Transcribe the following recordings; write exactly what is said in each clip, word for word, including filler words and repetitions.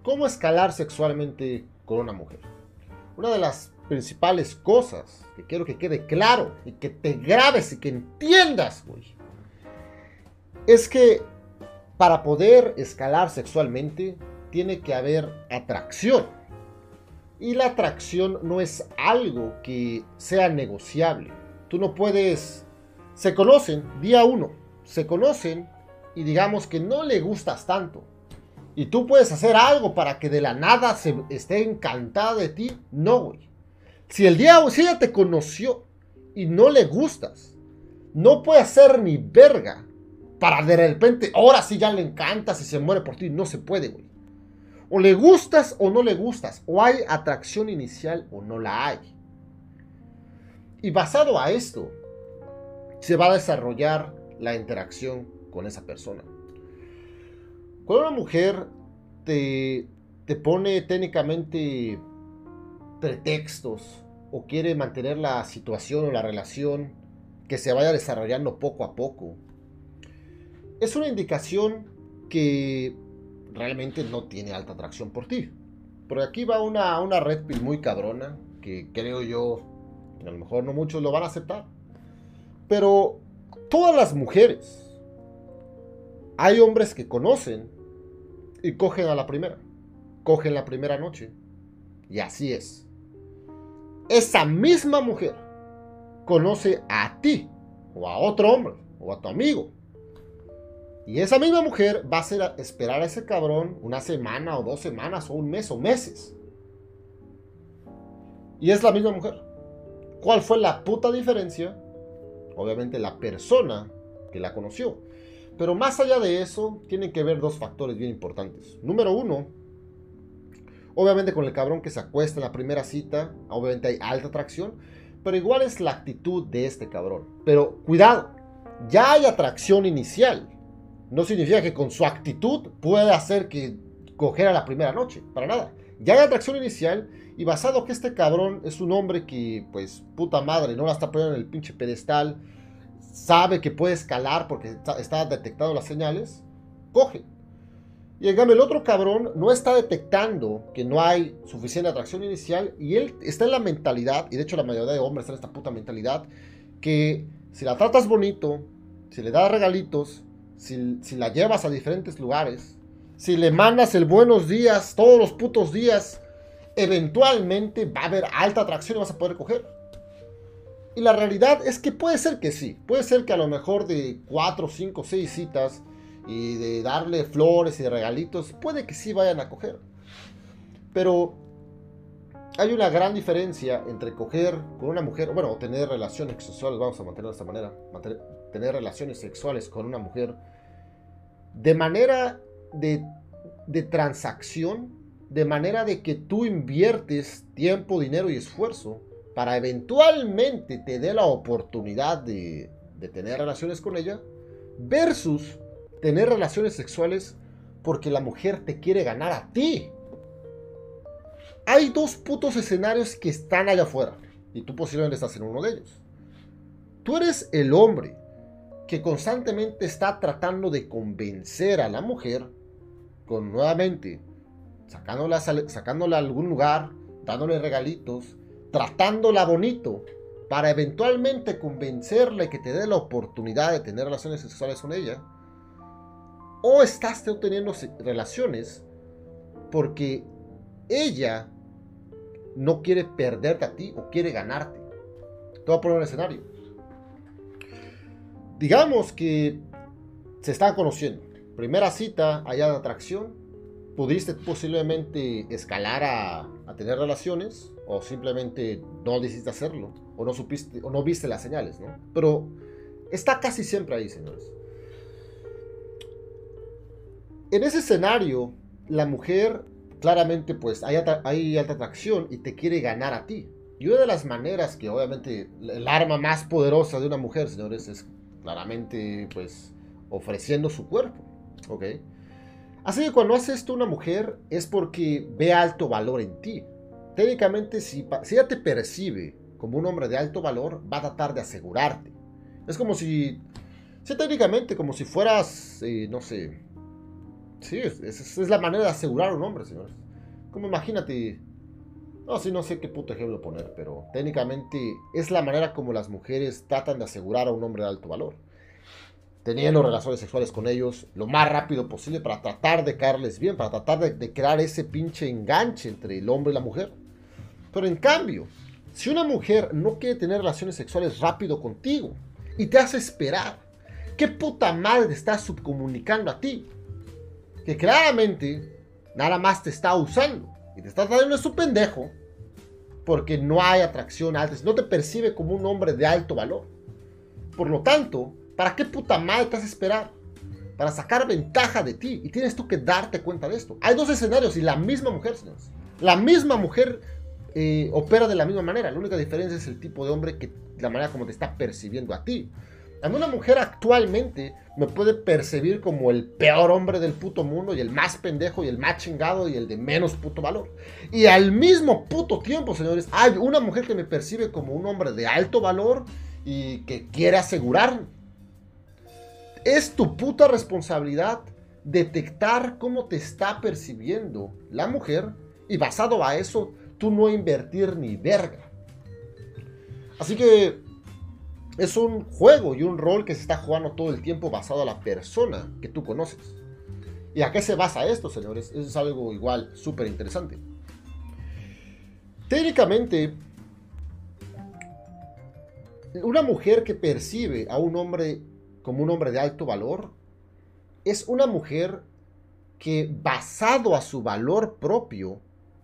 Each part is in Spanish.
¿Cómo escalar sexualmente con una mujer? Una de las principales cosas que quiero que quede claro y que te grabes y que entiendas, güey, es que para poder escalar sexualmente tiene que haber atracción. Y la atracción no es algo que sea negociable. Tú no puedes... Se conocen, día uno, se conocen y digamos que no le gustas tanto. Y tú puedes hacer algo para que de la nada se esté encantada de ti. No, güey. Si el día, si ella te conoció y no le gustas, no puede hacer ni verga para de repente, ahora sí ya le encantas y se muere por ti. No se puede, güey. O le gustas o no le gustas. O hay atracción inicial o no la hay. Y basado a esto, se va a desarrollar la interacción con esa persona. Cuando una mujer te, te pone técnicamente pretextos o quiere mantener la situación o la relación que se vaya desarrollando poco a poco, es una indicación que realmente no tiene alta atracción por ti. Porque aquí va una, una red pill muy cabrona que creo yo, a lo mejor no muchos lo van a aceptar. Pero todas las mujeres, hay hombres que conocen y cogen a la primera. Cogen la primera noche. Y así es. Esa misma mujer conoce a ti, o a otro hombre, o a tu amigo. Y esa misma mujer va a, ser a esperar a ese cabrón una semana, o dos semanas, o un mes, o meses. Y es la misma mujer. ¿Cuál fue la puta diferencia? Obviamente la persona que la conoció. Pero más allá de eso, tienen que ver dos factores bien importantes. Número uno, obviamente con el cabrón que se acuesta en la primera cita, obviamente hay alta atracción, pero igual es la actitud de este cabrón. Pero cuidado, ya hay atracción inicial. No significa que con su actitud pueda hacer que cogiera la primera noche, para nada. Ya hay atracción inicial y basado que este cabrón es un hombre que, pues, puta madre, no la está poniendo en el pinche pedestal, sabe que puede escalar porque está, está detectando las señales, coge. Y en cambio el otro cabrón no está detectando que no hay suficiente atracción inicial y él está en la mentalidad, y de hecho la mayoría de hombres están en esta puta mentalidad, que si la tratas bonito, si le das regalitos, si, si la llevas a diferentes lugares, si le mandas el buenos días todos los putos días, eventualmente va a haber alta atracción y vas a poder coger. Y la realidad es que puede ser que sí. Puede ser que a lo mejor de cuatro, cinco, seis citas y de darle flores y de regalitos, puede que sí vayan a coger. Pero hay una gran diferencia entre coger con una mujer, bueno, o tener relaciones sexuales, vamos a mantenerlo de esta manera, mantener, tener relaciones sexuales con una mujer de manera de, de transacción, de manera de que tú inviertes tiempo, dinero y esfuerzo para eventualmente te dé la oportunidad de, de tener relaciones con ella, versus tener relaciones sexuales porque la mujer te quiere ganar a ti. Hay dos putos escenarios que están allá afuera, y tú posiblemente estás en uno de ellos. Tú eres el hombre que constantemente está tratando de convencer a la mujer con, nuevamente, sacándola, sacándola a algún lugar, dándole regalitos, tratándola bonito, para eventualmente convencerla y que te dé la oportunidad de tener relaciones sexuales con ella. O estás teniendo relaciones porque ella no quiere perderte a ti o quiere ganarte. Te voy a poner un escenario. Digamos que se están conociendo. Primera cita, hay atracción. Pudiste posiblemente escalar a, a tener relaciones, o simplemente no decidiste hacerlo, o no supiste, o no viste las señales, ¿no? Pero está casi siempre ahí, señores. En ese escenario, la mujer claramente pues hay, hay alta atracción y te quiere ganar a ti. Y una de las maneras que obviamente el arma más poderosa de una mujer, señores, es claramente pues ofreciendo su cuerpo, ¿ok? Así que cuando hace esto una mujer es porque ve alto valor en ti. Técnicamente, si, si ella te percibe como un hombre de alto valor, va a tratar de asegurarte. Es como si, sí, técnicamente, como si fueras, eh, no sé, Sí, es, es, es la manera de asegurar a un hombre, señores. Como imagínate... No, sí, no sé qué puto ejemplo poner, pero técnicamente es la manera como las mujeres tratan de asegurar a un hombre de alto valor. Teniendo relaciones sexuales con ellos lo más rápido posible para tratar de caerles bien, para tratar de, de crear ese pinche enganche entre el hombre y la mujer. Pero en cambio, si una mujer no quiere tener relaciones sexuales rápido contigo y te hace esperar, ¿qué puta madre te está subcomunicando a ti? Que claramente nada más te está usando y te está trayendo su pendejo porque no hay atracción alta, no te percibe como un hombre de alto valor. Por lo tanto, ¿para qué puta madre te hace esperar? Para sacar ventaja de ti. Y tienes tú que darte cuenta de esto. Hay dos escenarios y la misma mujer, señores. La misma mujer eh, opera de la misma manera. La única diferencia es el tipo de hombre, que la manera como te está percibiendo a ti. A mí una mujer actualmente me puede percibir como el peor hombre del puto mundo y el más pendejo y el más chingado y el de menos puto valor. Y al mismo puto tiempo, señores, hay una mujer que me percibe como un hombre de alto valor y que quiere asegurar. Es tu puta responsabilidad detectar cómo te está percibiendo la mujer y basado a eso, tú no invertir ni verga. Así que es un juego y un rol que se está jugando todo el tiempo basado a la persona que tú conoces. ¿Y a qué se basa esto, señores? Eso es algo igual súper interesante. Técnicamente, una mujer que percibe a un hombre como un hombre de alto valor es una mujer que, basado a su valor propio,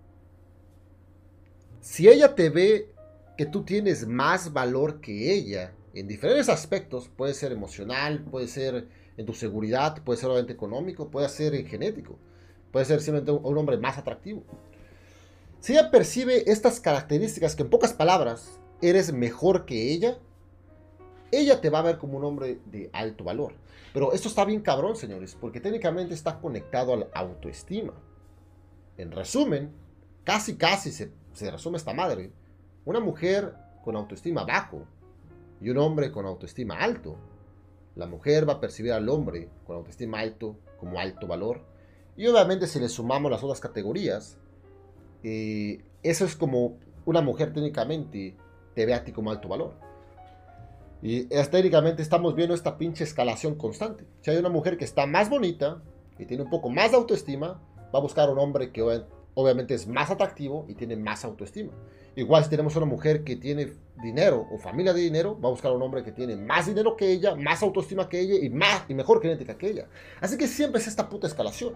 si ella te ve que tú tienes más valor que ella en diferentes aspectos, puede ser emocional, puede ser en tu seguridad, puede ser obviamente económico, puede ser en genético, puede ser simplemente un hombre más atractivo. Si ella percibe estas características, que en pocas palabras eres mejor que ella, ella te va a ver como un hombre de alto valor. Pero esto está bien cabrón, señores, porque técnicamente está conectado a la autoestima. En resumen, casi casi se, se resume esta madre. Una mujer con autoestima bajo y un hombre con autoestima alto. La mujer va a percibir al hombre con autoestima alto como alto valor. Y obviamente si le sumamos las otras categorías, eh, eso es como una mujer técnicamente te ve a ti como alto valor. Y técnicamente estamos viendo esta pinche escalación constante. Si hay una mujer que está más bonita y tiene un poco más de autoestima, va a buscar un hombre que obviamente es más atractivo y tiene más autoestima. Igual si tenemos una mujer que tiene dinero o familia de dinero, va a buscar un hombre que tiene más dinero que ella, más autoestima que ella y, más, y mejor genética que ella. Así que siempre es esta puta escalación.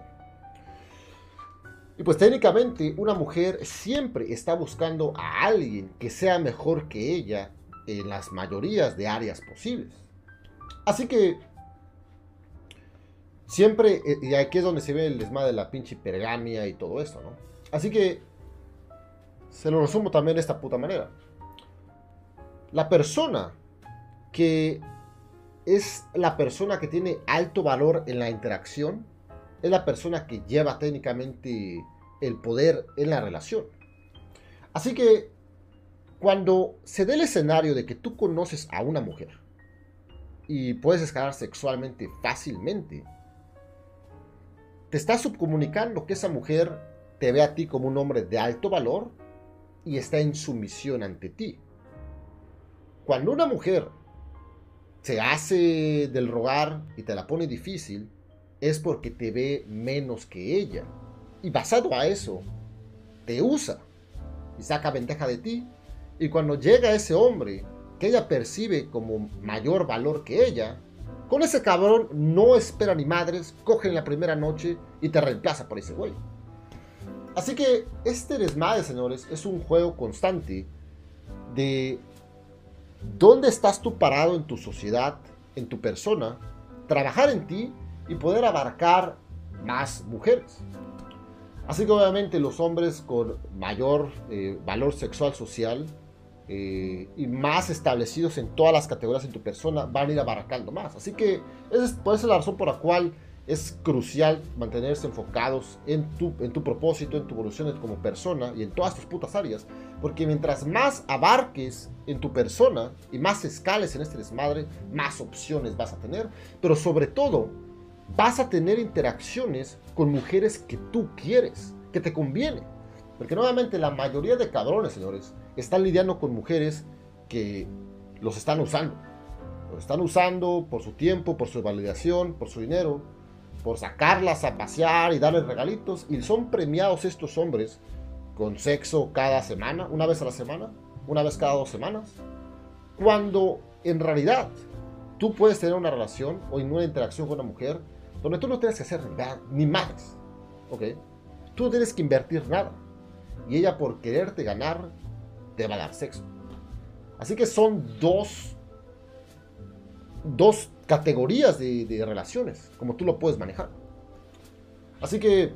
Y pues técnicamente una mujer siempre está buscando a alguien que sea mejor que ella en las mayorías de áreas posibles. Así que siempre, y aquí es donde se ve el desmadre de la pinche hipergamia y todo esto, ¿no? Así que se lo resumo también de esta puta manera. La persona que es la persona que tiene alto valor en la interacción es la persona que lleva técnicamente el poder en la relación. Así que cuando se dé el escenario de que tú conoces a una mujer y puedes escalar sexualmente fácilmente, te está subcomunicando que esa mujer te ve a ti como un hombre de alto valor y está en sumisión ante ti. Cuando una mujer se hace del rogar y te la pone difícil, es porque te ve menos que ella. Y basado a eso, te usa y saca ventaja de ti. Y cuando llega ese hombre que ella percibe como mayor valor que ella, con ese cabrón no espera ni madres, coge en la primera noche y te reemplaza por ese güey. Así que este desmadre, señores, es un juego constante de dónde estás tú parado en tu sociedad, en tu persona, trabajar en ti y poder abarcar más mujeres. Así que obviamente los hombres con mayor eh, valor sexual social eh, y más establecidos en todas las categorías en tu persona van a ir abarcando más. Así que esa es, puede ser la razón por la cual es crucial mantenerse enfocados en tu, en tu propósito, en tu evolución como persona y en todas tus putas áreas. Porque mientras más abarques en tu persona y más escales en este desmadre, más opciones vas a tener. Pero sobre todo, vas a tener interacciones con mujeres que tú quieres, que te conviene. Porque nuevamente la mayoría de cabrones, señores, están lidiando con mujeres que los están usando. Los están usando por su tiempo, por su validación, por su dinero, por sacarlas a pasear y darles regalitos. Y son premiados estos hombres con sexo cada semana, una vez a la semana, una vez cada dos semanas. Cuando en realidad tú puedes tener una relación o una interacción con una mujer donde tú no tienes que hacer ni madres, ¿ok? Tú no tienes que invertir nada. Y ella, por quererte ganar, te va a dar sexo. Así que son dos, dos categorías de, de relaciones, como tú lo puedes manejar. Así que,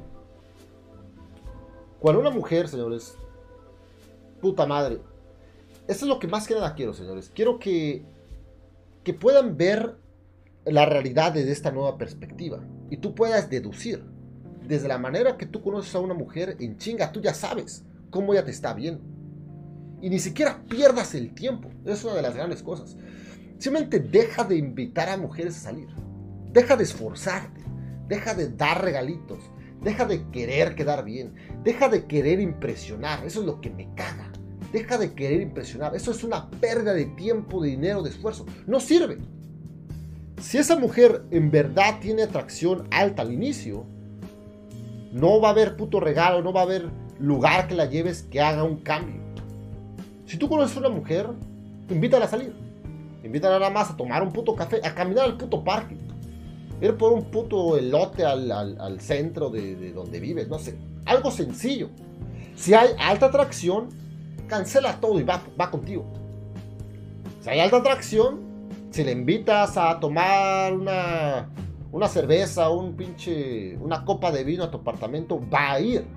cuando una mujer, señores, puta madre, esto es lo que más que nada quiero, señores. Quiero que, que puedan ver la realidad desde esta nueva perspectiva. Y tú puedas deducir. Desde la manera que tú conoces a una mujer, en chinga, tú ya sabes cómo ella te está viendo. Y ni siquiera pierdas el tiempo. Es una de las grandes cosas. Simplemente deja de invitar a mujeres a salir. Deja de esforzarte. Deja de dar regalitos. Deja de querer quedar bien. Deja de querer impresionar. Eso es lo que me caga. Deja de querer impresionar. Eso es una pérdida de tiempo, de dinero, de esfuerzo. No sirve. Si esa mujer en verdad tiene atracción alta al inicio, no va a haber puto regalo, no va a haber lugar que la lleves que haga un cambio. Si tú conoces a una mujer, invítala a salir. Invítala nada más a tomar un puto café, a caminar al puto parque. Ir por un puto elote al, al, al centro de, de donde vives, no sé. Algo sencillo. Si hay alta atracción, cancela todo y va, va contigo. Si hay alta atracción, si le invitas a tomar una... una cerveza, un pinche, una copa de vino a tu apartamento, va a ir.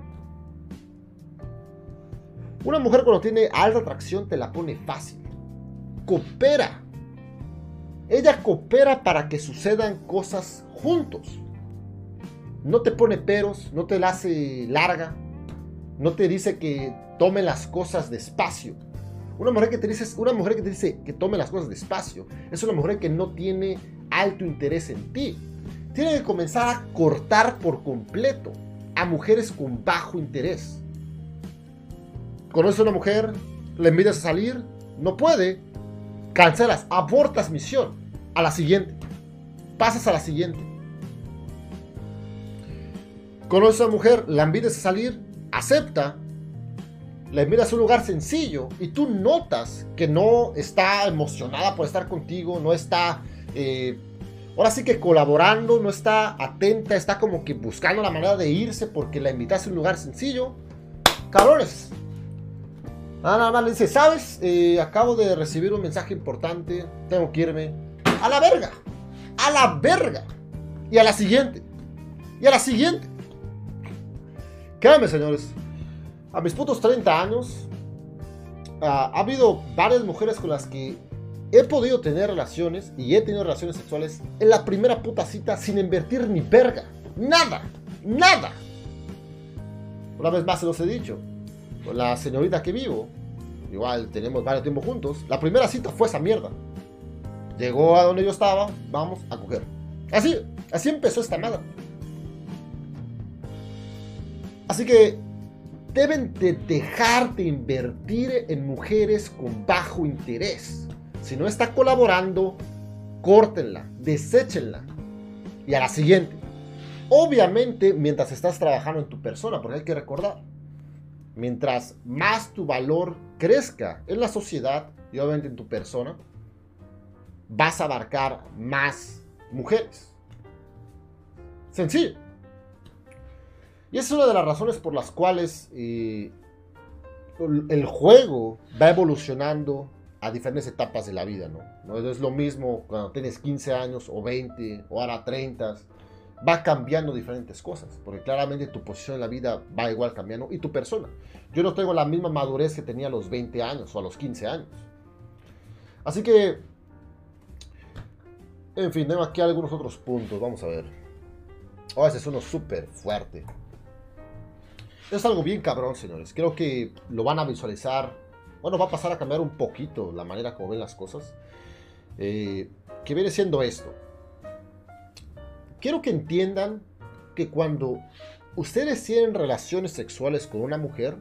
Una mujer cuando tiene alta atracción te la pone fácil. Coopera. Ella coopera para que sucedan cosas juntos. No te pone peros, no te la hace larga, no te dice que tome las cosas despacio. Una mujer que te dice, una mujer que te dice que tome las cosas despacio es una mujer que no tiene alto interés en ti. Tiene que comenzar a cortar por completo a mujeres con bajo interés. Conoces a una mujer, le invitas a salir, no puede, cancelas, abortas misión, a la siguiente, pasas a la siguiente. Conoces a una mujer, la invitas a salir, acepta, la invitas a un lugar sencillo y tú notas que no está emocionada por estar contigo, no está... Eh, Ahora sí que colaborando, no está atenta, está como que buscando la manera de irse porque la invitaste a un lugar sencillo. Cabrones. Nada, nada más le dice, ¿sabes? Eh, acabo de recibir un mensaje importante, tengo que irme. A la verga. A la verga. Y a la siguiente. Y a la siguiente. Créanme, señores. A mis putos treinta años, uh, ha habido varias mujeres con las que he podido tener relaciones y he tenido relaciones sexuales en la primera puta cita sin invertir ni verga. Nada. Nada. Una vez más se los he dicho. Con la señorita que vivo, igual tenemos varios tiempo juntos, la primera cita fue esa mierda. Llegó a donde yo estaba, vamos a coger. Así, así empezó esta madre. Así que deben de dejar de invertir en mujeres con bajo interés. Si no está colaborando, córtenla, deséchenla. Y a la siguiente. Obviamente, mientras estás trabajando en tu persona, porque hay que recordar, mientras más tu valor crezca en la sociedad y obviamente en tu persona, vas a abarcar más mujeres. Sencillo. Y esa es una de las razones por las cuales eh, el juego va evolucionando a diferentes etapas de la vida, ¿no? No es lo mismo cuando tienes quince años o veinte o ahora treinta. Va cambiando diferentes cosas, porque claramente tu posición en la vida va igual cambiando y tu persona. Yo no tengo la misma madurez que tenía a los veinte años o a los quince años. Así que, en fin, tengo aquí algunos otros puntos. Vamos a ver. Oh, ese es uno súper fuerte. Es algo bien cabrón, señores. Creo que lo van a visualizar. Bueno, va a pasar a cambiar un poquito la manera como ven las cosas. Eh, que viene siendo esto. quiero que entiendan que cuando ustedes tienen relaciones sexuales con una mujer,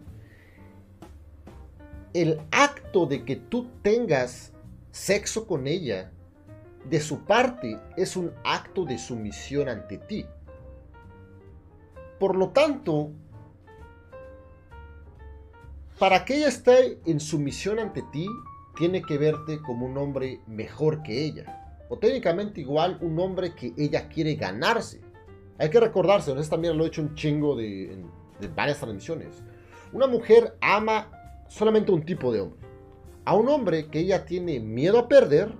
el acto de que tú tengas sexo con ella, de su parte, es un acto de sumisión ante ti. Por lo tanto, para que ella esté en sumisión ante ti, tiene que verte como un hombre mejor que ella. O técnicamente igual, un hombre que ella quiere ganarse. Hay que recordarse, esto también lo he hecho un chingo de, de varias transmisiones. Una mujer ama solamente un tipo de hombre. A un hombre que ella tiene miedo a perder,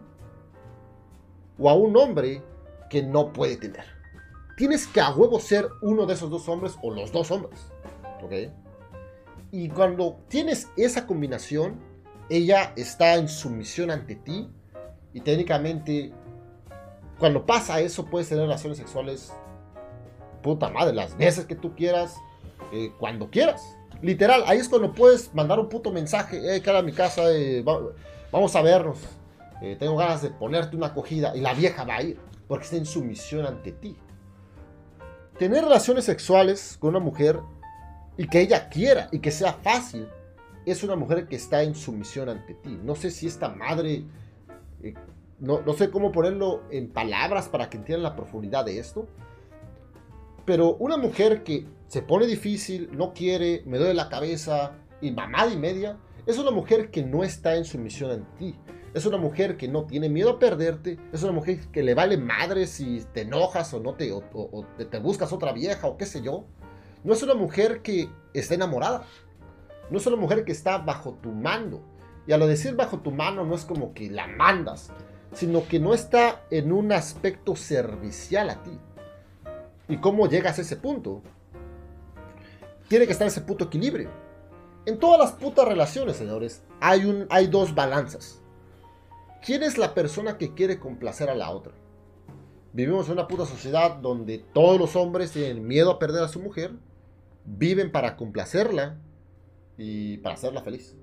o a un hombre que no puede tener. Tienes que a huevo ser uno de esos dos hombres o los dos hombres. ¿Ok? Y cuando tienes esa combinación, ella está en sumisión ante ti. Y técnicamente, cuando pasa eso, puedes tener relaciones sexuales, puta madre, las veces que tú quieras, eh, cuando quieras. Literal, ahí es cuando puedes mandar un puto mensaje. Eh, cara a mi casa, eh, va, vamos a vernos. Eh, tengo ganas de ponerte una acogida. Y la vieja va a ir, porque está en sumisión ante ti. Tener relaciones sexuales con una mujer y que ella quiera y que sea fácil, es una mujer que está en sumisión ante ti. No sé si esta madre, eh, no, no sé cómo ponerlo en palabras para que entiendan la profundidad de esto, pero una mujer que se pone difícil, no quiere, me duele la cabeza y mamada y media, es una mujer que no está en sumisión ante ti. Es una mujer que no tiene miedo a perderte. Es una mujer que le vale madre si te enojas o no te, o, o, o te, te buscas otra vieja o qué sé yo. No es una mujer que está enamorada. No es una mujer que está bajo tu mando. Y al decir bajo tu mano no es como que la mandas, sino que no está en un aspecto servicial a ti. ¿Y cómo llegas a ese punto? Tiene que estar ese puto equilibrio. En todas las putas relaciones, señores, hay, un, hay dos balanzas. ¿Quién es la persona que quiere complacer a la otra? Vivimos en una puta sociedad donde todos los hombres tienen miedo a perder a su mujer, viven para complacerla y para hacerla feliz.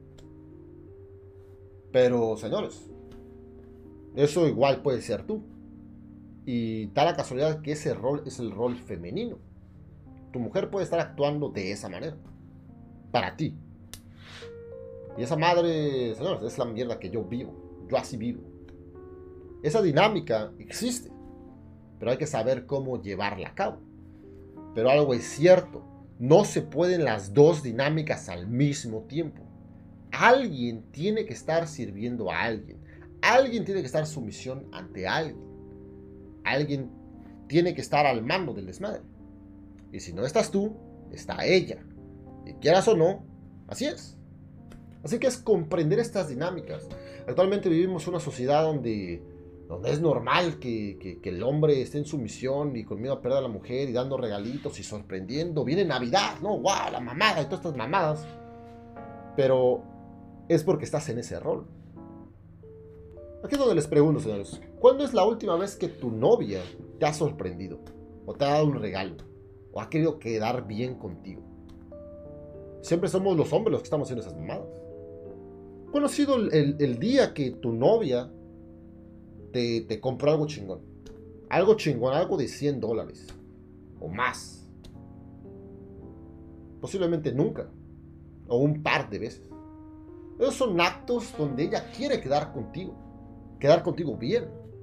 Pero, señores, eso igual puede ser tú. Y da la casualidad que ese rol es el rol femenino. Tu mujer puede estar actuando de esa manera, para ti. Y esa madre, señores, es la mierda que yo vivo. Yo así vivo. Esa dinámica existe, pero hay que saber cómo llevarla a cabo. Pero algo es cierto, no se pueden las dos dinámicas al mismo tiempo. Alguien tiene que estar sirviendo a alguien. Alguien tiene que estar sumisión ante alguien. Alguien tiene que estar al mando del desmadre. Y si no estás tú, está ella. Y quieras o no, así es. Así que es comprender estas dinámicas. Actualmente vivimos una sociedad donde, donde es normal que, que, que el hombre esté en sumisión y con miedo a perder a la mujer y dando regalitos y sorprendiendo. Viene Navidad, ¿no? ¡Guau! La mamada y todas estas mamadas. Pero es porque estás en ese rol. Aquí es donde les pregunto, señores. ¿Cuándo es la última vez que tu novia te ha sorprendido? ¿O te ha dado un regalo? ¿O ha querido quedar bien contigo? Siempre somos los hombres los que estamos haciendo esas mamadas. ¿Cuándo ha sido el, el, el día que tu novia te, te compró algo chingón? Algo chingón, algo de cien dólares. O más. Posiblemente nunca. O un par de veces. Esos son actos donde ella quiere quedar contigo. Quedar contigo bien.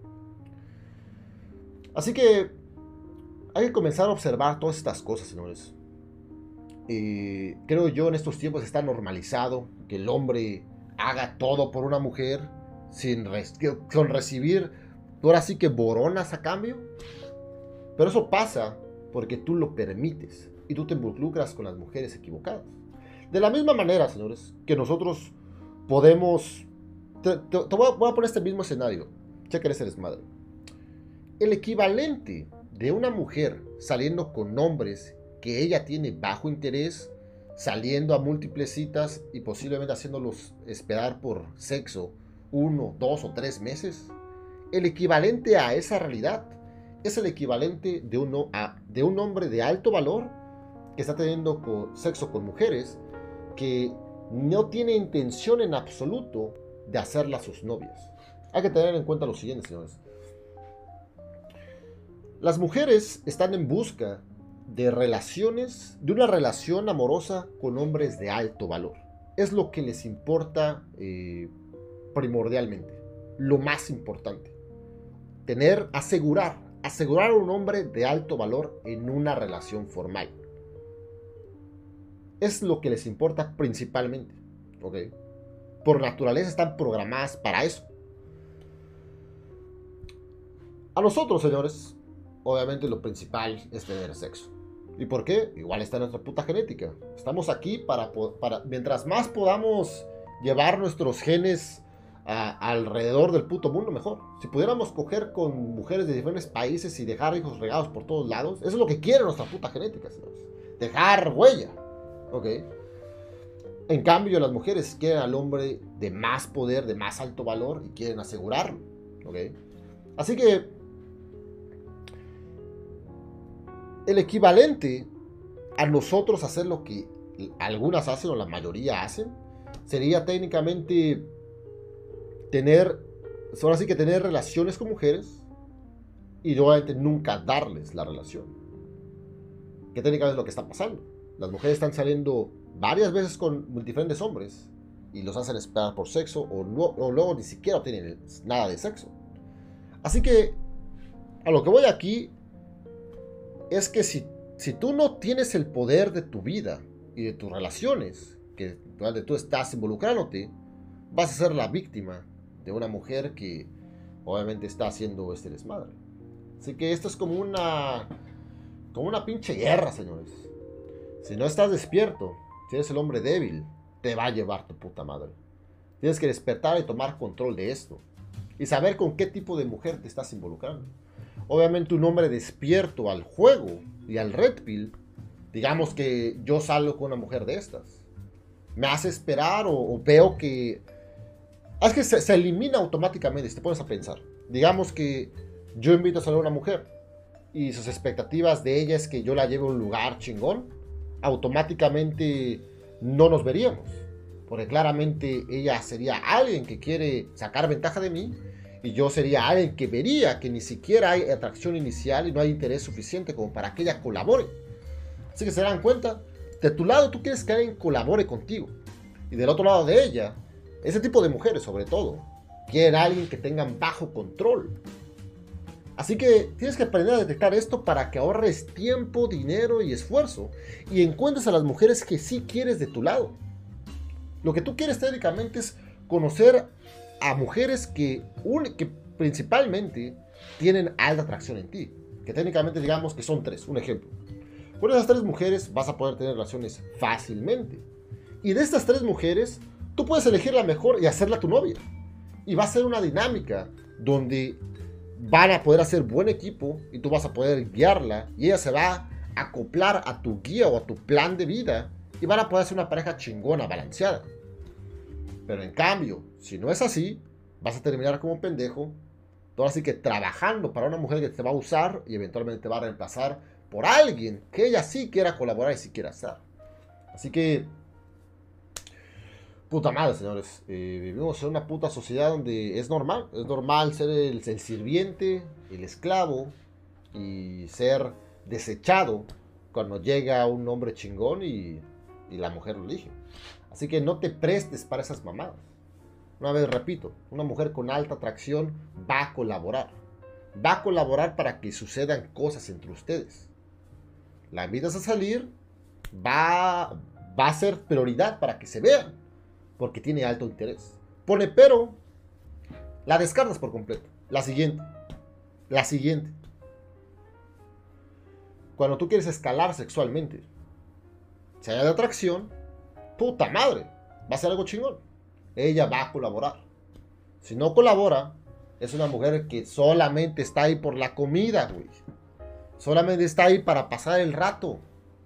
Así que hay que comenzar a observar todas estas cosas, señores. Eh, creo yo en estos tiempos está normalizado que el hombre haga todo por una mujer sin, res sin recibir, ahora sí que boronas a cambio. Pero eso pasa porque tú lo permites y tú te involucras con las mujeres equivocadas. De la misma manera, señores, que nosotros podemos... Te, te, te voy, a, voy a poner este mismo escenario. Chequen ese desmadre. El equivalente de una mujer saliendo con hombres que ella tiene bajo interés, saliendo a múltiples citas y posiblemente haciéndolos esperar por sexo uno, dos o tres meses, el equivalente a esa realidad es el equivalente de un, a, de un hombre de alto valor que está teniendo con, sexo con mujeres que no tiene intención en absoluto de hacerlas sus novias. Hay que tener en cuenta lo siguiente, señores. Las mujeres están en busca de relaciones, de una relación amorosa con hombres de alto valor. Es lo que les importa eh, primordialmente, lo más importante. Tener, asegurar, asegurar a un hombre de alto valor en una relación formal. Es lo que les importa principalmente, ¿ok? Por naturaleza están programadas para eso. A nosotros, señores, obviamente lo principal es tener sexo. ¿Y por qué? Igual está en nuestra puta genética. Estamos aquí para, para mientras más podamos llevar nuestros genes a, alrededor del puto mundo, mejor. Si pudiéramos coger con mujeres de diferentes países y dejar hijos regados por todos lados, eso es lo que quiere nuestra puta genética, señores. Dejar huella, ¿ok? En cambio, las mujeres quieren al hombre de más poder, de más alto valor y quieren asegurarlo, ¿ok? Así que el equivalente a nosotros hacer lo que algunas hacen o la mayoría hacen sería técnicamente tener, ahora sí que tener relaciones con mujeres y obviamente nunca darles la relación. Que técnicamente es lo que está pasando. Las mujeres están saliendo varias veces con diferentes hombres y los hacen esperar por sexo o, no, o luego ni siquiera obtienen nada de sexo. Así que a lo que voy aquí es que si, si tú no tienes el poder de tu vida y de tus relaciones, que donde tú estás involucrándote, vas a ser la víctima de una mujer que obviamente está haciendo este desmadre. Así que esto es como una como una pinche guerra, señores. Si no estás despierto, si eres el hombre débil, te va a llevar tu puta madre. Tienes que despertar y tomar control de esto y saber con qué tipo de mujer te estás involucrando. Obviamente un hombre despierto al juego y al red pill, digamos que yo salgo con una mujer de estas, me hace esperar o, o veo que es que se, se elimina automáticamente, si te pones a pensar. Digamos que yo invito a salir a una mujer y sus expectativas de ella es que yo la lleve a un lugar chingón, automáticamente no nos veríamos, porque claramente ella sería alguien que quiere sacar ventaja de mí y yo sería alguien que vería que ni siquiera hay atracción inicial y no hay interés suficiente como para que ella colabore. Así que se dan cuenta, de tu lado tú quieres que alguien colabore contigo y del otro lado de ella, ese tipo de mujeres sobre todo, quieren a alguien que tengan bajo control. Así que tienes que aprender a detectar esto para que ahorres tiempo, dinero y esfuerzo y encuentres a las mujeres que sí quieres de tu lado. Lo que tú quieres técnicamente es conocer a mujeres que, un, que principalmente tienen alta atracción en ti. Que técnicamente digamos que son tres. Un ejemplo. Con esas tres mujeres vas a poder tener relaciones fácilmente. Y de estas tres mujeres, tú puedes elegir la mejor y hacerla tu novia. Y va a ser una dinámica donde van a poder hacer buen equipo y tú vas a poder guiarla y ella se va a acoplar a tu guía o a tu plan de vida y van a poder ser una pareja chingona, balanceada. Pero en cambio, si no es así, vas a terminar como un pendejo, ahora sí que trabajando para una mujer que te va a usar y eventualmente te va a reemplazar por alguien que ella sí quiera colaborar y sí quiera estar. Así que, puta madre, señores, eh, vivimos en una puta sociedad donde es normal, es normal ser el, el sirviente, el esclavo y ser desechado cuando llega un hombre chingón y, y la mujer lo elige. Así que no te prestes para esas mamadas. Una vez repito, una mujer con alta atracción va a colaborar. Va a colaborar para que sucedan cosas entre ustedes. La invitas a salir, va, va a ser prioridad para que se vean, porque tiene alto interés. Pone pero, la descartas por completo. La siguiente, la siguiente. Cuando tú quieres escalar sexualmente, si hay atracción, puta madre, va a ser algo chingón. Ella va a colaborar. Si no colabora, es una mujer que solamente está ahí por la comida, güey. Solamente está ahí para pasar el rato.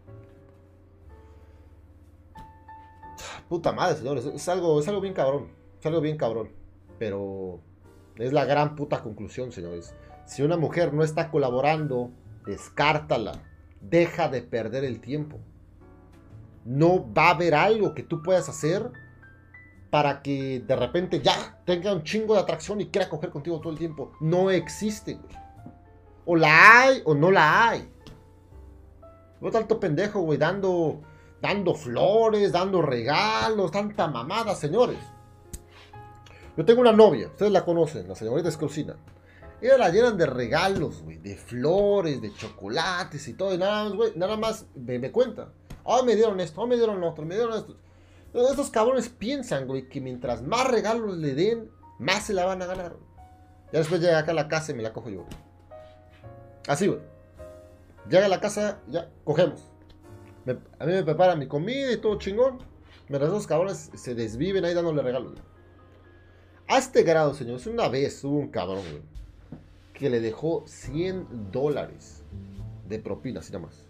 Puta madre, señores. Es algo, es algo bien cabrón. Es algo bien cabrón. Pero es la gran puta conclusión, señores. Si una mujer no está colaborando, descártala. Deja de perder el tiempo. No va a haber algo que tú puedas hacer para que de repente ya tenga un chingo de atracción y quiera coger contigo todo el tiempo. No existe, güey. O la hay o no la hay. No tanto pendejo, güey, dando, dando flores, dando regalos, tanta mamada, señores. Yo tengo una novia, ustedes la conocen, la señorita Escrocina. Ella la llenan de regalos, güey, de flores, de chocolates y todo. Y nada más, güey, nada más me, me cuenta. Oh, me dieron esto, oh, me dieron otro, me dieron esto. Estos cabrones piensan, güey, que mientras más regalos le den, más se la van a ganar. Ya después llega acá a la casa y me la cojo yo. Así, güey. Llega a la casa, ya, cogemos. Me, a mí me preparan mi comida y todo chingón. Mientras esos cabrones se desviven ahí dándole regalos. A este grado, señores, una vez hubo un cabrón, güey, que le dejó cien dólares de propina, así nada más.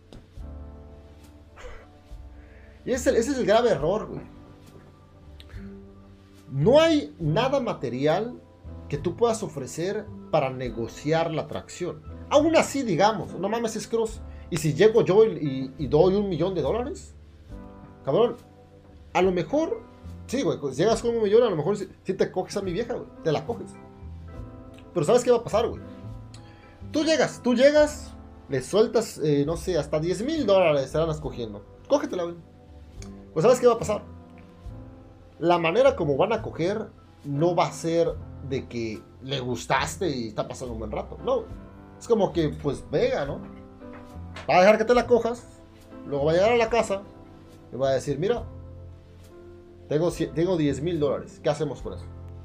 Y ese, ese es el grave error, güey. No hay nada material que tú puedas ofrecer para negociar la atracción. Aún así, digamos, no mames, es cross. Y si llego yo y, y, y doy un millón de dólares, cabrón, a lo mejor, sí, güey, pues llegas con un millón, a lo mejor si, si te coges a mi vieja, güey, te la coges. Pero ¿sabes qué va a pasar, güey? Tú llegas, tú llegas, le sueltas, eh, no sé, hasta diez mil dólares estarán escogiendo. Cógetela, güey. Pues ¿sabes qué va a pasar? La manera como van a coger no va a ser de que le gustaste y está pasando un buen rato. No, es como que, pues, venga, ¿no? Va a dejar que te la cojas, luego va a llegar a la casa y va a decir, mira, tengo, tengo diez mil dólares, ¿qué hacemos con eso?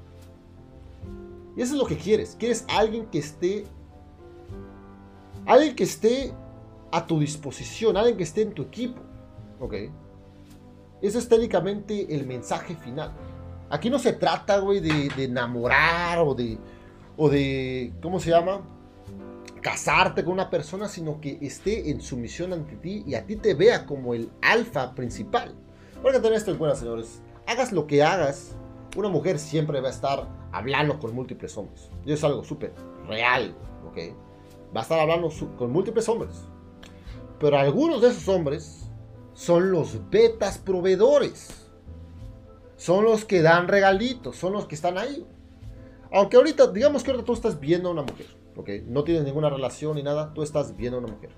Y eso es lo que quieres. Quieres alguien que esté, alguien que esté a tu disposición, alguien que esté en tu equipo, ¿ok? Ese es técnicamente el mensaje final. Aquí no se trata, güey, de, de enamorar o de, o de, ¿cómo se llama? Casarte con una persona, sino que esté en sumisión ante ti y a ti te vea como el alfa principal. Porque tener esto en cuenta, señores. Hagas lo que hagas, una mujer siempre va a estar hablando con múltiples hombres. Y eso es algo súper real, ¿ok? Va a estar hablando con múltiples hombres. Pero algunos de esos hombres son los betas proveedores. Son los que dan regalitos, son los que están ahí. Aunque ahorita, digamos que ahorita tú estás viendo a una mujer, ¿ok? No tienes ninguna relación ni nada, tú estás viendo a una mujer.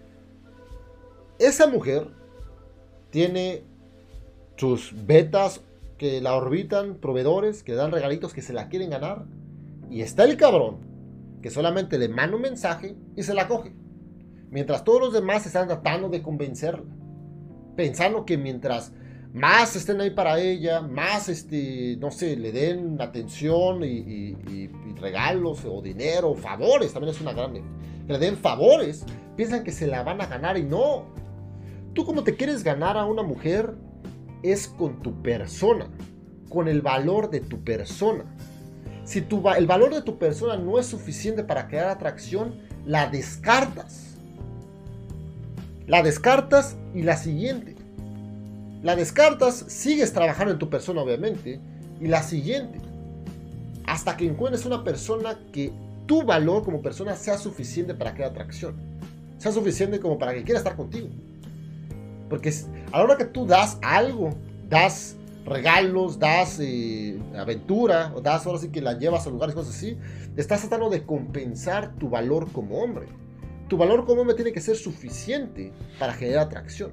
Esa mujer tiene sus betas que la orbitan, proveedores que dan regalitos que se la quieren ganar. Y está el cabrón que solamente le manda un mensaje y se la coge. Mientras todos los demás están tratando de convencerla. Pensando que mientras más estén ahí para ella, más, este, no sé, le den atención y, y, y, y regalos o dinero o favores, también es una gran... Que le den favores, piensan que se la van a ganar y no. Tú como te quieres ganar a una mujer es con tu persona, con el valor de tu persona. Si tu, el valor de tu persona no es suficiente para crear atracción, la descartas. La descartas y la siguiente. La descartas, sigues trabajando en tu persona obviamente, y la siguiente. Hasta que encuentres una persona que tu valor como persona sea suficiente para crear atracción. Sea suficiente como para que quiera estar contigo. Porque a la hora que tú das algo, das regalos, das eh, aventura, o das ahora sí que la llevas a lugares, cosas así, estás tratando de compensar tu valor como hombre. Tu valor como hombre tiene que ser suficiente para generar atracción.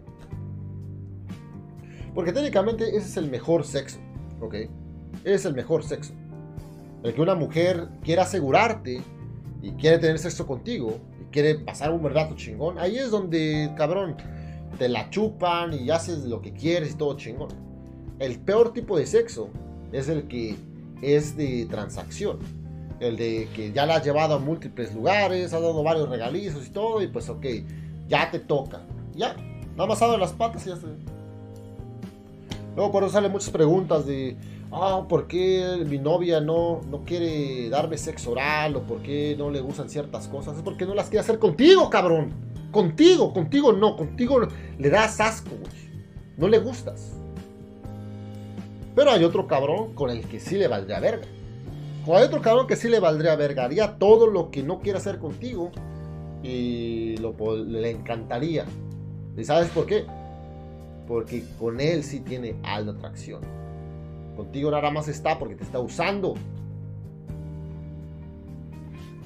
Porque técnicamente ese es el mejor sexo, ¿ok? Ese es el mejor sexo. El que una mujer quiera asegurarte y quiere tener sexo contigo y quiere pasar un rato chingón, ahí es donde, cabrón, te la chupan y haces lo que quieres y todo chingón. El peor tipo de sexo es el que es de transacción. El de que ya la has llevado a múltiples lugares, has dado varios regalizos y todo, y pues ok, ya te toca. Ya, nada más abre las patas y ya está. Luego por eso salen muchas preguntas de, ah, oh, ¿por qué mi novia no, no quiere darme sexo oral? ¿O por qué no le gustan ciertas cosas? Es porque no las quiere hacer contigo, cabrón. Contigo, contigo no, contigo le das asco, güey. No le gustas. Pero hay otro cabrón con el que sí le valdría verga. O hay otro cabrón que sí le valdría verga. Haría todo lo que no quiera hacer contigo y lo, le encantaría. ¿Y sabes por qué? Porque con él sí tiene alta atracción. Contigo nada más está porque te está usando.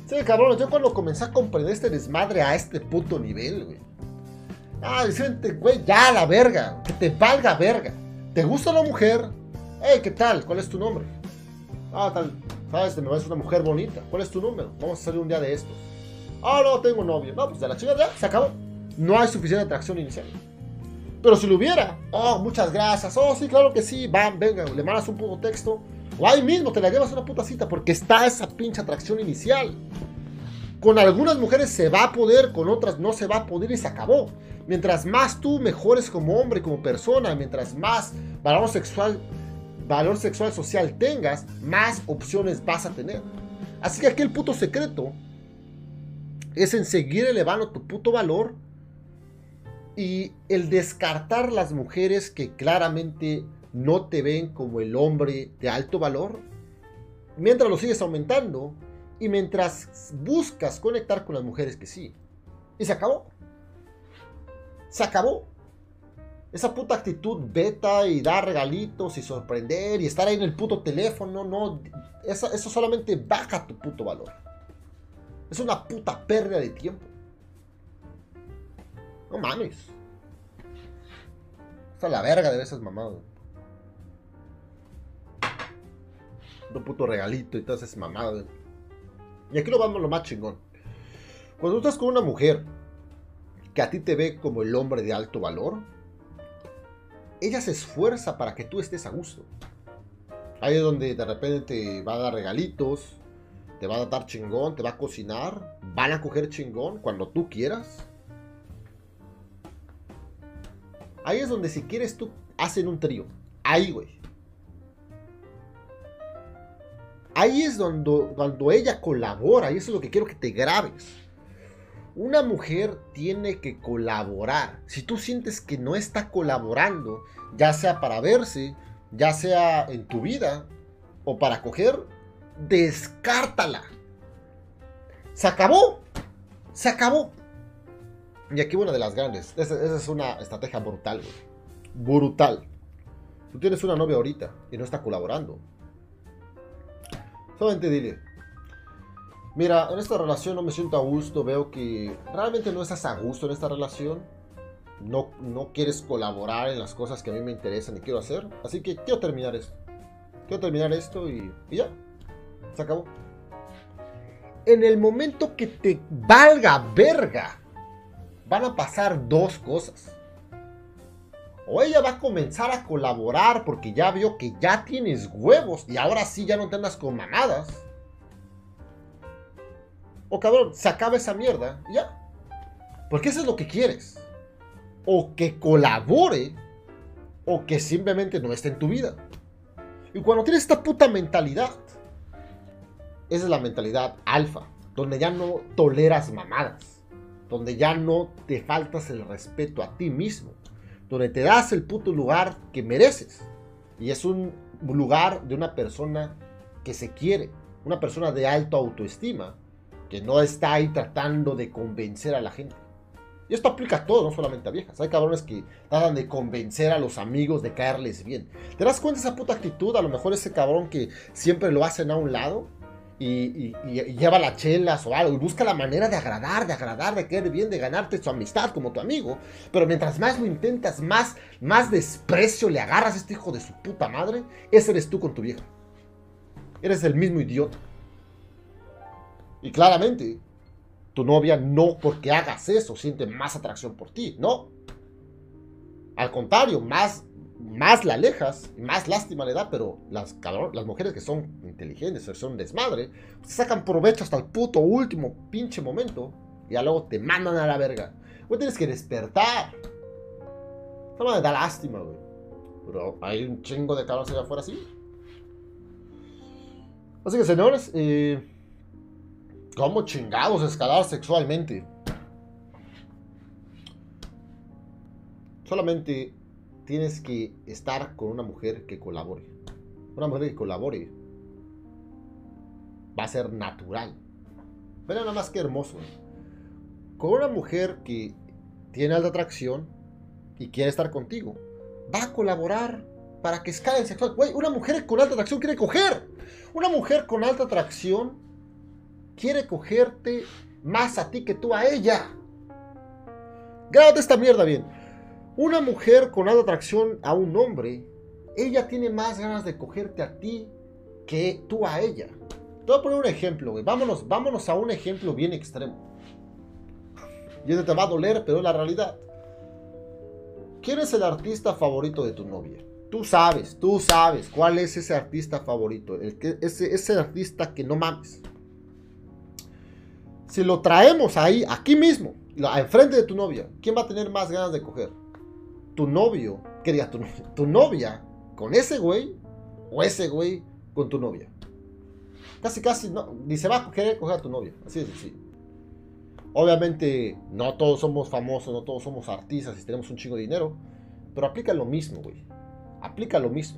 Sí, cabrón, yo cuando comencé a comprender este desmadre a este puto nivel, güey. Ah, decente, güey, ya a la verga. Que te valga verga. ¿Te gusta la mujer? Hey, ¿qué tal? ¿Cuál es tu nombre? Ah, tal. ¿Sabes? Me ves una mujer bonita. ¿Cuál es tu número? Vamos a salir un día de estos. Ah, no, tengo novio. No, pues de la chica ya, se acabó. No hay suficiente atracción inicial. Pero si lo hubiera, oh, muchas gracias. Oh, sí, claro que sí. Van, venga, le mandas un puto texto. O ahí mismo te la llevas a una puta cita porque está esa pinche atracción inicial. Con algunas mujeres se va a poder, con otras no se va a poder y se acabó. Mientras más tú mejores como hombre, como persona, mientras más valor sexual, valor sexual social tengas, más opciones vas a tener. Así que aquí el puto secreto es en seguir elevando tu puto valor y el descartar las mujeres que claramente no te ven como el hombre de alto valor, mientras lo sigues aumentando y mientras buscas conectar con las mujeres que sí. Y se acabó. Se acabó. Esa puta actitud beta y dar regalitos y sorprender y estar ahí en el puto teléfono, no, eso, eso solamente baja tu puto valor. Es una puta pérdida de tiempo. No mames. Está la verga de esas mamadas. Un puto regalito y todas esas mamadas. Y aquí lo vamos lo más chingón. Cuando tú estás con una mujer que a ti te ve como el hombre de alto valor, ella se esfuerza para que tú estés a gusto. Ahí es donde de repente te va a dar regalitos, te va a dar chingón, te va a cocinar, van a coger chingón cuando tú quieras. Ahí es donde si quieres tú hacen un trío. Ahí, güey. Ahí es donde, cuando ella colabora, y eso es lo que quiero que te grabes. Una mujer tiene que colaborar. Si tú sientes que no está colaborando, ya sea para verse, ya sea en tu vida, o para coger, descártala. Se acabó. Se acabó. Y aquí una de las grandes. Esa, esa es una estrategia brutal, güey. Brutal. Tú tienes una novia ahorita y no está colaborando. Solamente dile: mira, en esta relación no me siento a gusto, veo que realmente no estás a gusto en esta relación, no, no quieres colaborar en las cosas que a mí me interesan y quiero hacer, así que quiero terminar esto, quiero terminar esto y, y ya, se acabó. En el momento que te valga verga, van a pasar dos cosas. O ella va a comenzar a colaborar porque ya vio que ya tienes huevos y ahora sí ya no te andas con mamadas. O cabrón, se acaba esa mierda y ya. Porque eso es lo que quieres. O que colabore o que simplemente no esté en tu vida. Y cuando tienes esta puta mentalidad, esa es la mentalidad alfa, donde ya no toleras mamadas, donde ya no te faltas el respeto a ti mismo, donde te das el puto lugar que mereces. Y es un lugar de una persona que se quiere, una persona de alta autoestima, que no está ahí tratando de convencer a la gente. Y esto aplica a todo, no solamente a viejas. Hay cabrones que tratan de convencer a los amigos de caerles bien. ¿Te das cuenta de esa puta actitud? A lo mejor ese cabrón que siempre lo hacen a un lado y, y, y, y lleva las chelas o algo y busca la manera de agradar, de agradar, de caer bien, de ganarte su amistad como tu amigo. Pero mientras más lo intentas, más, más desprecio le agarras a este hijo de su puta madre. Ese eres tú con tu vieja. Eres el mismo idiota. Y claramente, tu novia no porque hagas eso siente más atracción por ti, no. Al contrario, más, más la alejas, más lástima le da, pero las, cabrón, las mujeres que son inteligentes, que son desmadre, se sacan provecho hasta el puto último pinche momento y ya luego te mandan a la verga. Güey, tienes que despertar. Esta madre da lástima, güey. Pero hay un chingo de cabrones allá afuera así. Así que, señores, eh... ¿cómo chingados escalar sexualmente? Solamente tienes que estar con una mujer que colabore. Una mujer que colabore va a ser natural. Pero nada más que hermoso. Con una mujer que tiene alta atracción y quiere estar contigo, va a colaborar para que escale el sexual. Güey, una mujer con alta atracción quiere coger. Una mujer con alta atracción quiere cogerte más a ti que tú a ella. Grábate esta mierda bien. Una mujer con alta atracción a un hombre, ella tiene más ganas de cogerte a ti que tú a ella. Te voy a poner un ejemplo, güey. Vámonos, vámonos a un ejemplo bien extremo. Y eso te va a doler, pero es la realidad. ¿Quién es el artista favorito de tu novia? Tú sabes, tú sabes cuál es ese artista favorito. El que, ese, ese artista que no mames. Si lo traemos ahí, aquí mismo, enfrente de tu novia, ¿quién va a tener más ganas de coger? ¿Tu novio? ¿Qué diga tu novia? ¿Tu novia con ese güey? ¿O ese güey con tu novia? Casi, casi, no, ni se va a querer coger a tu novia. Así de sencillo. Obviamente, no todos somos famosos, no todos somos artistas y tenemos un chingo de dinero. Pero aplica lo mismo, güey. Aplica lo mismo.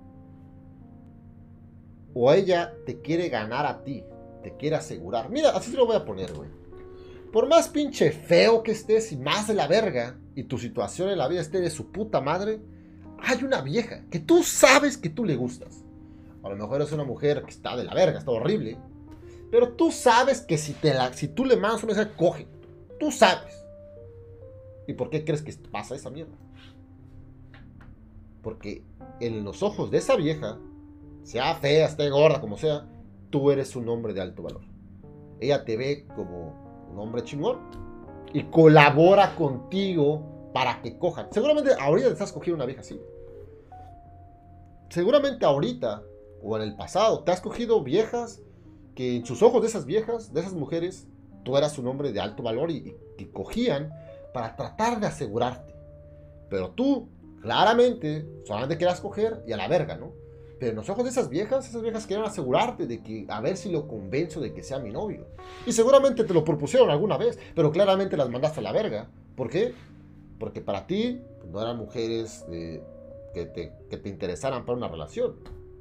O ella te quiere ganar a ti. Te quiere asegurar. Mira, así te lo voy a poner, güey. Por más pinche feo que estés y más de la verga, y tu situación en la vida esté de su puta madre, hay una vieja que tú sabes que tú le gustas. A lo mejor es una mujer que está de la verga, está horrible. Pero tú sabes que si, te la, si tú le mandas una mensaje, coge. Tú sabes. ¿Y por qué crees que pasa esa mierda? Porque en los ojos de esa vieja, sea fea, esté gorda, como sea, tú eres un hombre de alto valor. Ella te ve como un hombre chingón y colabora contigo para que cojan. Seguramente ahorita te estás cogiendo una vieja así. Seguramente ahorita o en el pasado te has cogido viejas que en sus ojos de esas viejas, de esas mujeres, tú eras un hombre de alto valor y, y, y cogían para tratar de asegurarte. Pero tú, claramente, solamente querías coger y a la verga, ¿no? Pero en los ojos de esas viejas, esas viejas querían asegurarte de que, a ver si lo convenzo de que sea mi novio. Y seguramente te lo propusieron alguna vez, pero claramente las mandaste a la verga. ¿Por qué? Porque para ti no eran mujeres eh, que, te, que te interesaran para una relación.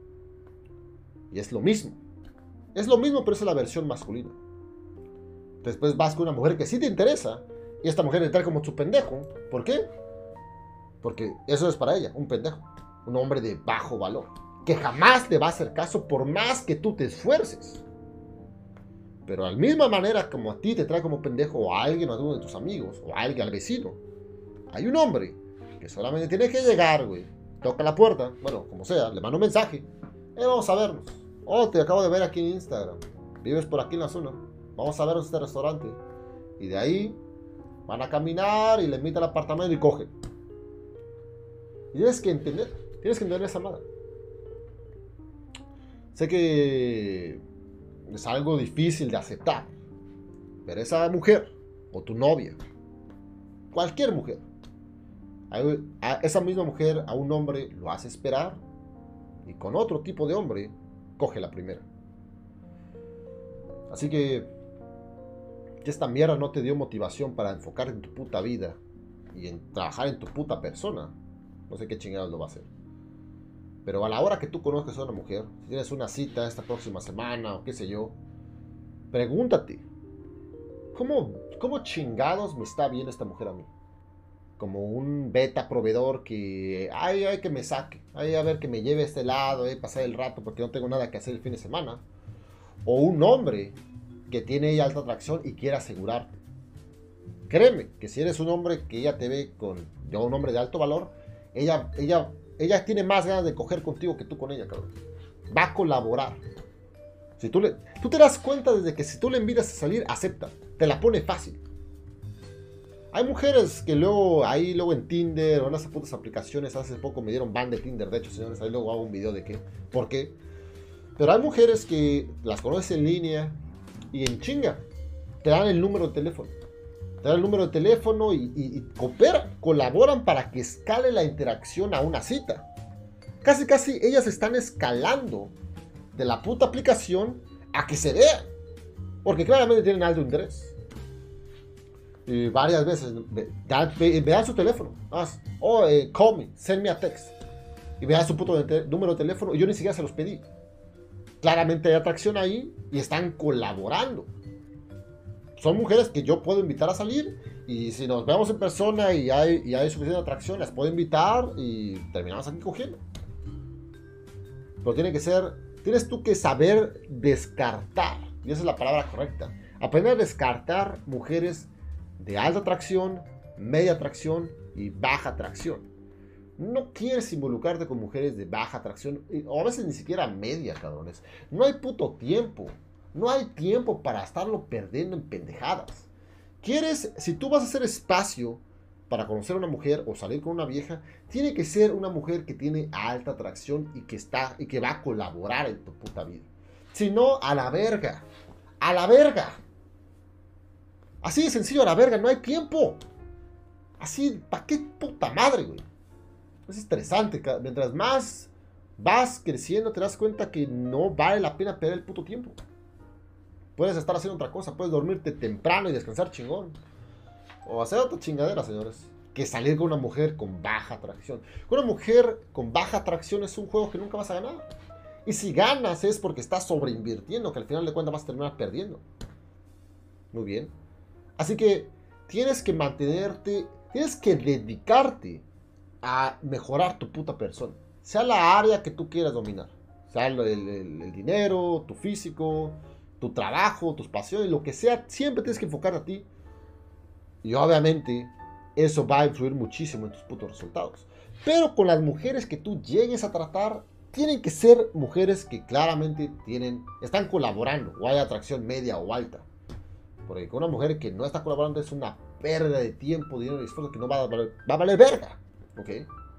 Y es lo mismo. Es lo mismo, pero es la versión masculina. Después vas con una mujer que sí te interesa y esta mujer te trae como su pendejo. ¿Por qué? Porque eso es para ella, un pendejo. Un hombre de bajo valor. Que jamás te va a hacer caso por más que tú te esfuerces. Pero de la misma manera como a ti te trae como pendejo o a alguien o a uno de tus amigos o a alguien, al vecino, hay un hombre que solamente tiene que llegar, güey. Toca la puerta, bueno, como sea, le manda un mensaje. Eh, vamos a vernos. Oh, te acabo de ver aquí en Instagram. Vives por aquí en la zona. Vamos a vernos este restaurante. Y de ahí van a caminar y le invitan al apartamento y cogen. Y tienes que entender, tienes que entender esa madre. Sé que es algo difícil de aceptar, pero esa mujer, o tu novia, cualquier mujer, a esa misma mujer, a un hombre lo hace esperar, y con otro tipo de hombre, coge la primera. Así que, que esta mierda no te dio motivación para enfocarte en tu puta vida, y en trabajar en tu puta persona, no sé qué chingados lo va a hacer. Pero a la hora que tú conozcas a una mujer, si tienes una cita esta próxima semana o qué sé yo, pregúntate, ¿cómo, cómo chingados me está viendo esta mujer a mí? Como un beta proveedor que, ay, ay, que me saque, ay, a ver, que me lleve a este lado, ay, pasar el rato porque no tengo nada que hacer el fin de semana. O un hombre que tiene ella alta atracción y quiere asegurarte. Créeme que si eres un hombre que ella te ve con, yo un hombre de alto valor, ella, ella, ella tiene más ganas de coger contigo que tú con ella, cabrón. Va a colaborar. Si tú, le, tú te das cuenta desde que si tú le invitas a salir, acepta. Te la pone fácil. Hay mujeres que luego, ahí luego en Tinder o en esas putas aplicaciones, hace poco me dieron ban de Tinder, de hecho, señores, ahí luego hago un video de qué, por qué. Pero hay mujeres que las conoces en línea y en chinga te dan el número de teléfono. Te dan el número de teléfono y, y, y cooperan, colaboran para que escale la interacción a una cita. Casi, casi ellas están escalando de la puta aplicación a que se vean. Porque claramente tienen alto interés. Y varias veces me dan, me dan su teléfono. Oh, eh, call me, send me a text. Y me dan su puto de número de teléfono y yo ni siquiera se los pedí. Claramente hay atracción ahí y están colaborando. Son mujeres que yo puedo invitar a salir y si nos vemos en persona y hay, y hay suficiente atracción, las puedo invitar y terminamos aquí cogiendo. Pero tiene que ser, tienes tú que saber descartar Y esa es la palabra correcta. Aprender a descartar mujeres de alta atracción, media atracción y baja atracción. No quieres involucrarte con mujeres de baja atracción, o a veces ni siquiera media, cabrones. No hay puto tiempo. No hay tiempo para estarlo perdiendo en pendejadas. Quieres, si tú vas a hacer espacio para conocer a una mujer o salir con una vieja, tiene que ser una mujer que tiene alta atracción y que está y que va a colaborar en tu puta vida. Si no, a la verga. A la verga. Así de sencillo, a la verga, no hay tiempo. Así, ¿para qué puta madre, güey? Es estresante. Mientras más vas creciendo, te das cuenta que no vale la pena perder el puto tiempo. Puedes estar haciendo otra cosa, puedes dormirte temprano y descansar chingón. O hacer otra chingadera, señores, que salir con una mujer con baja atracción. Una mujer con baja atracción es un juego que nunca vas a ganar. Y si ganas es porque estás sobreinvirtiendo, que al final de cuentas vas a terminar perdiendo. Muy bien. Así que tienes que mantenerte, tienes que dedicarte a mejorar tu puta persona. Sea la área que tú quieras dominar. Sea el, el, el dinero, tu físico, tu trabajo, tus pasiones, lo que sea. Siempre tienes que enfocarte a ti. Y obviamente eso va a influir muchísimo en tus putos resultados. Pero con las mujeres que tú llegues a tratar, tienen que ser mujeres que claramente tienen, están colaborando, o hay atracción media o alta. Porque con una mujer que no está colaborando es una pérdida de tiempo, dinero y esfuerzo que no va a valer, va a valer verga. ¿Ok?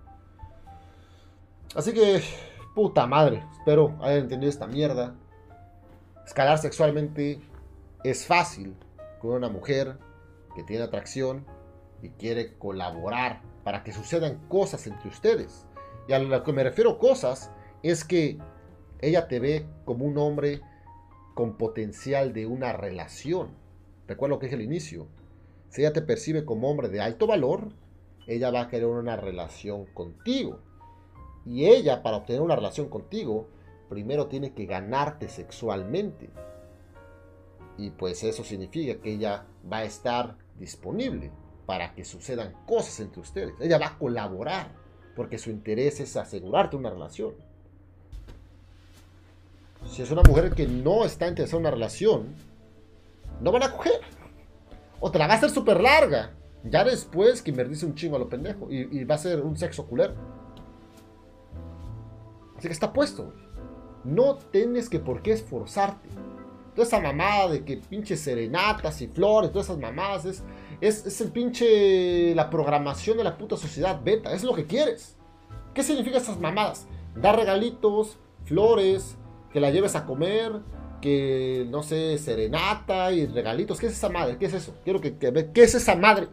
Así que, puta madre, espero hayan entendido esta mierda. Escalar sexualmente es fácil con una mujer que tiene atracción y quiere colaborar para que sucedan cosas entre ustedes. Y a lo que me refiero cosas es que ella te ve como un hombre con potencial de una relación. Recuerda lo que dije al inicio. Si ella te percibe como hombre de alto valor, ella va a querer una relación contigo. Y ella, para obtener una relación contigo, primero tiene que ganarte sexualmente. Y pues eso significa que ella va a estar disponible para que sucedan cosas entre ustedes. Ella va a colaborar porque su interés es asegurarte una relación. Si es una mujer que no está interesada en una relación, no van a coger. O te la va a hacer súper larga. Ya después que invertirse un chingo a lo pendejo. Y, y va a ser un sexo culero. Así que está puesto. No tienes que por qué esforzarte. Toda esa mamada de que pinches serenatas y flores, todas esas mamadas, es, es, es el pinche, la programación de la puta sociedad beta. Es lo que quieres. ¿Qué significa esas mamadas? Dar regalitos, flores, que la lleves a comer, que, no sé, serenata y regalitos. ¿Qué es esa madre? ¿Qué es eso? Quiero que, que ¿qué es esa madre?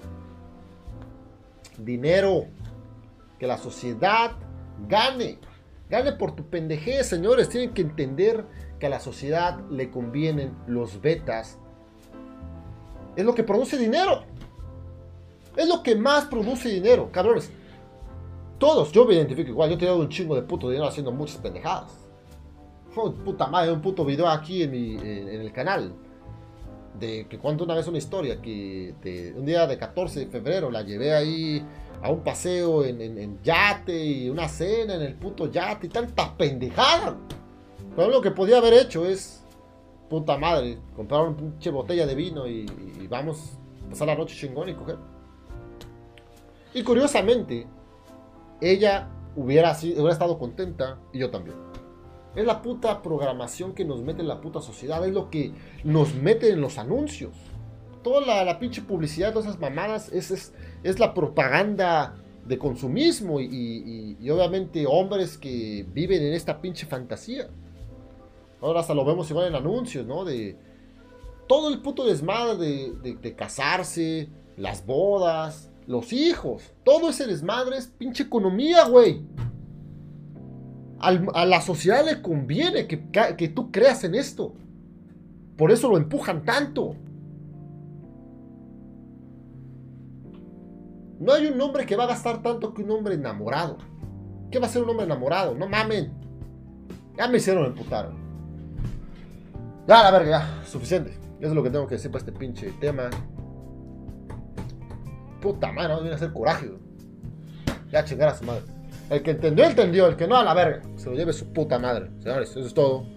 Dinero. Que la sociedad gane. Gane por tu pendejez, señores. Tienen que entender que a la sociedad le convienen los betas. Es lo que produce dinero. Es lo que más produce dinero, cabrones. Todos, yo me identifico igual. Yo te he dado un chingo de puto dinero haciendo muchas pendejadas. Oh, puta madre, un puto video aquí en, mi, en, en el canal. De que cuento una vez una historia. Que de, un día de catorce de febrero la llevé ahí a un paseo en, en, en yate y una cena en el puto yate y tanta pendejada. Pero lo que podía haber hecho es, puta madre, comprar una pinche botella de vino y, y vamos a pasar la noche chingón y coger. Y curiosamente, ella hubiera, hubiera estado contenta y yo también. Es la puta programación que nos mete en la puta sociedad, es lo que nos mete en los anuncios. Toda la, la pinche publicidad, todas esas mamadas, es, es, es la propaganda de consumismo y, y, y obviamente hombres que viven en esta pinche fantasía. Ahora hasta lo vemos igual en anuncios, ¿no? De todo el puto desmadre de, de, de casarse, las bodas, los hijos. Todo ese desmadre es pinche economía, güey. Al, a la sociedad le conviene que, que tú creas en esto. Por eso lo empujan tanto. No hay un hombre que va a gastar tanto que un hombre enamorado. ¿Qué va a ser un hombre enamorado? No mamen. Ya me hicieron emputar. Ya, la verga, ya. Suficiente. Eso es lo que tengo que decir para este pinche tema. Puta madre, no viene a hacer coraje, güey. Ya chingar a su madre. El que entendió, entendió. El que no, a la verga. Se lo lleve su puta madre. Señores, eso es todo.